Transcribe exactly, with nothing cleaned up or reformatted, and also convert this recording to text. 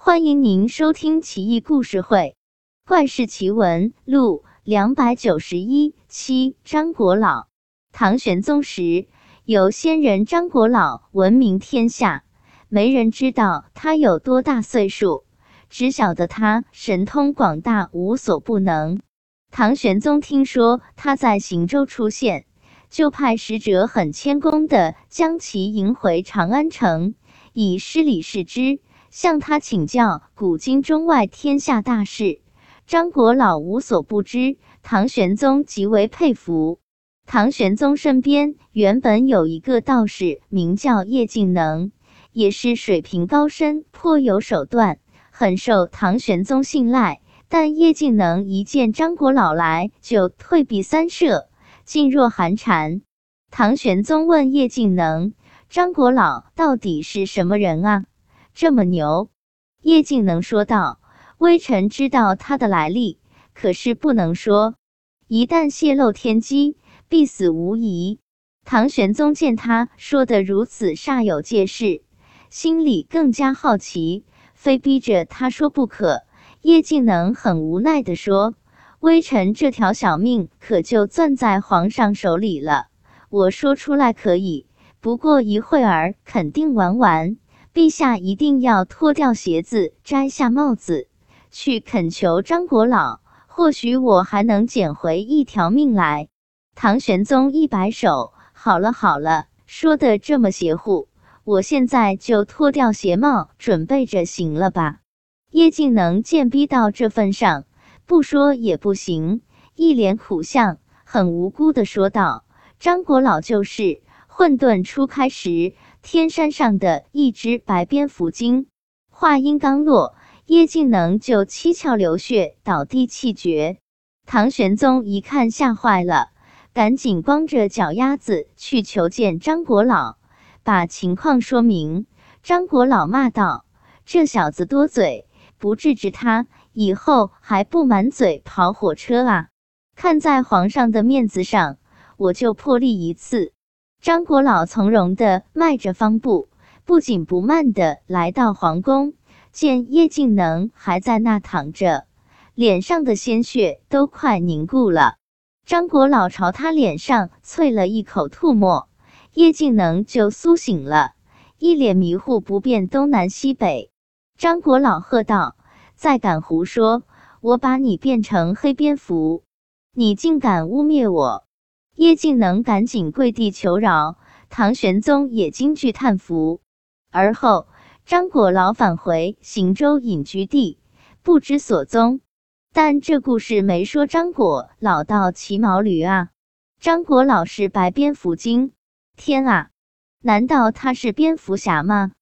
欢迎您收听奇异故事会《怪事奇闻录》两百九十一期。张国老。唐玄宗时，有仙人张国老闻名天下，没人知道他有多大岁数，只晓得他神通广大，无所不能。唐玄宗听说他在行州出现，就派使者很谦恭地将其迎回长安城，以施礼视之，向他请教古今中外天下大事。张国老无所不知，唐玄宗极为佩服。唐玄宗身边原本有一个道士，名叫叶敬能，也是水平高深，颇有手段，很受唐玄宗信赖。但叶敬能一见张国老来，就退避三舍，噤若寒蝉。唐玄宗问叶敬能：张国老到底是什么人啊？这么牛？叶敬能说道：微臣知道他的来历，可是不能说，一旦泄露天机，必死无疑。唐玄宗见他说得如此煞有介事，心里更加好奇，非逼着他说不可。叶敬能很无奈地说：微臣这条小命可就攥在皇上手里了，我说出来可以，不过一会儿肯定玩完，陛下一定要脱掉鞋子，摘下帽子，去恳求张国老，或许我还能捡回一条命来。唐玄宗一摆手：好了好了，说得这么邪乎，我现在就脱掉鞋帽，准备着行了吧。叶敬能见逼到这份上，不说也不行，一脸苦相，很无辜地说道：张国老就是混沌初开时天山上的一只白蝙蝠精。话音刚落，叶敬能就七窍流血，倒地气绝。唐玄宗一看吓坏了，赶紧光着脚丫子去求见张国老，把情况说明。张国老骂道：这小子多嘴，不治治他，以后还不满嘴跑火车啊！看在皇上的面子上，我就破例一次。张国老从容地迈着方步，不紧不慢地来到皇宫，见叶敬能还在那躺着，脸上的鲜血都快凝固了。张国老朝他脸上啐了一口吐沫，叶敬能就苏醒了，一脸迷糊，不辨东南西北。张国老喝道：再敢胡说，我把你变成黑蝙蝠，你竟敢污蔑我！叶敬能赶紧跪地求饶，唐玄宗也惊惧叹服。而后张国老返回行州隐居地，不知所踪。但这故事没说张国老到骑毛驴啊，张国老是白蝙蝠精。天啊，难道他是蝙蝠侠吗？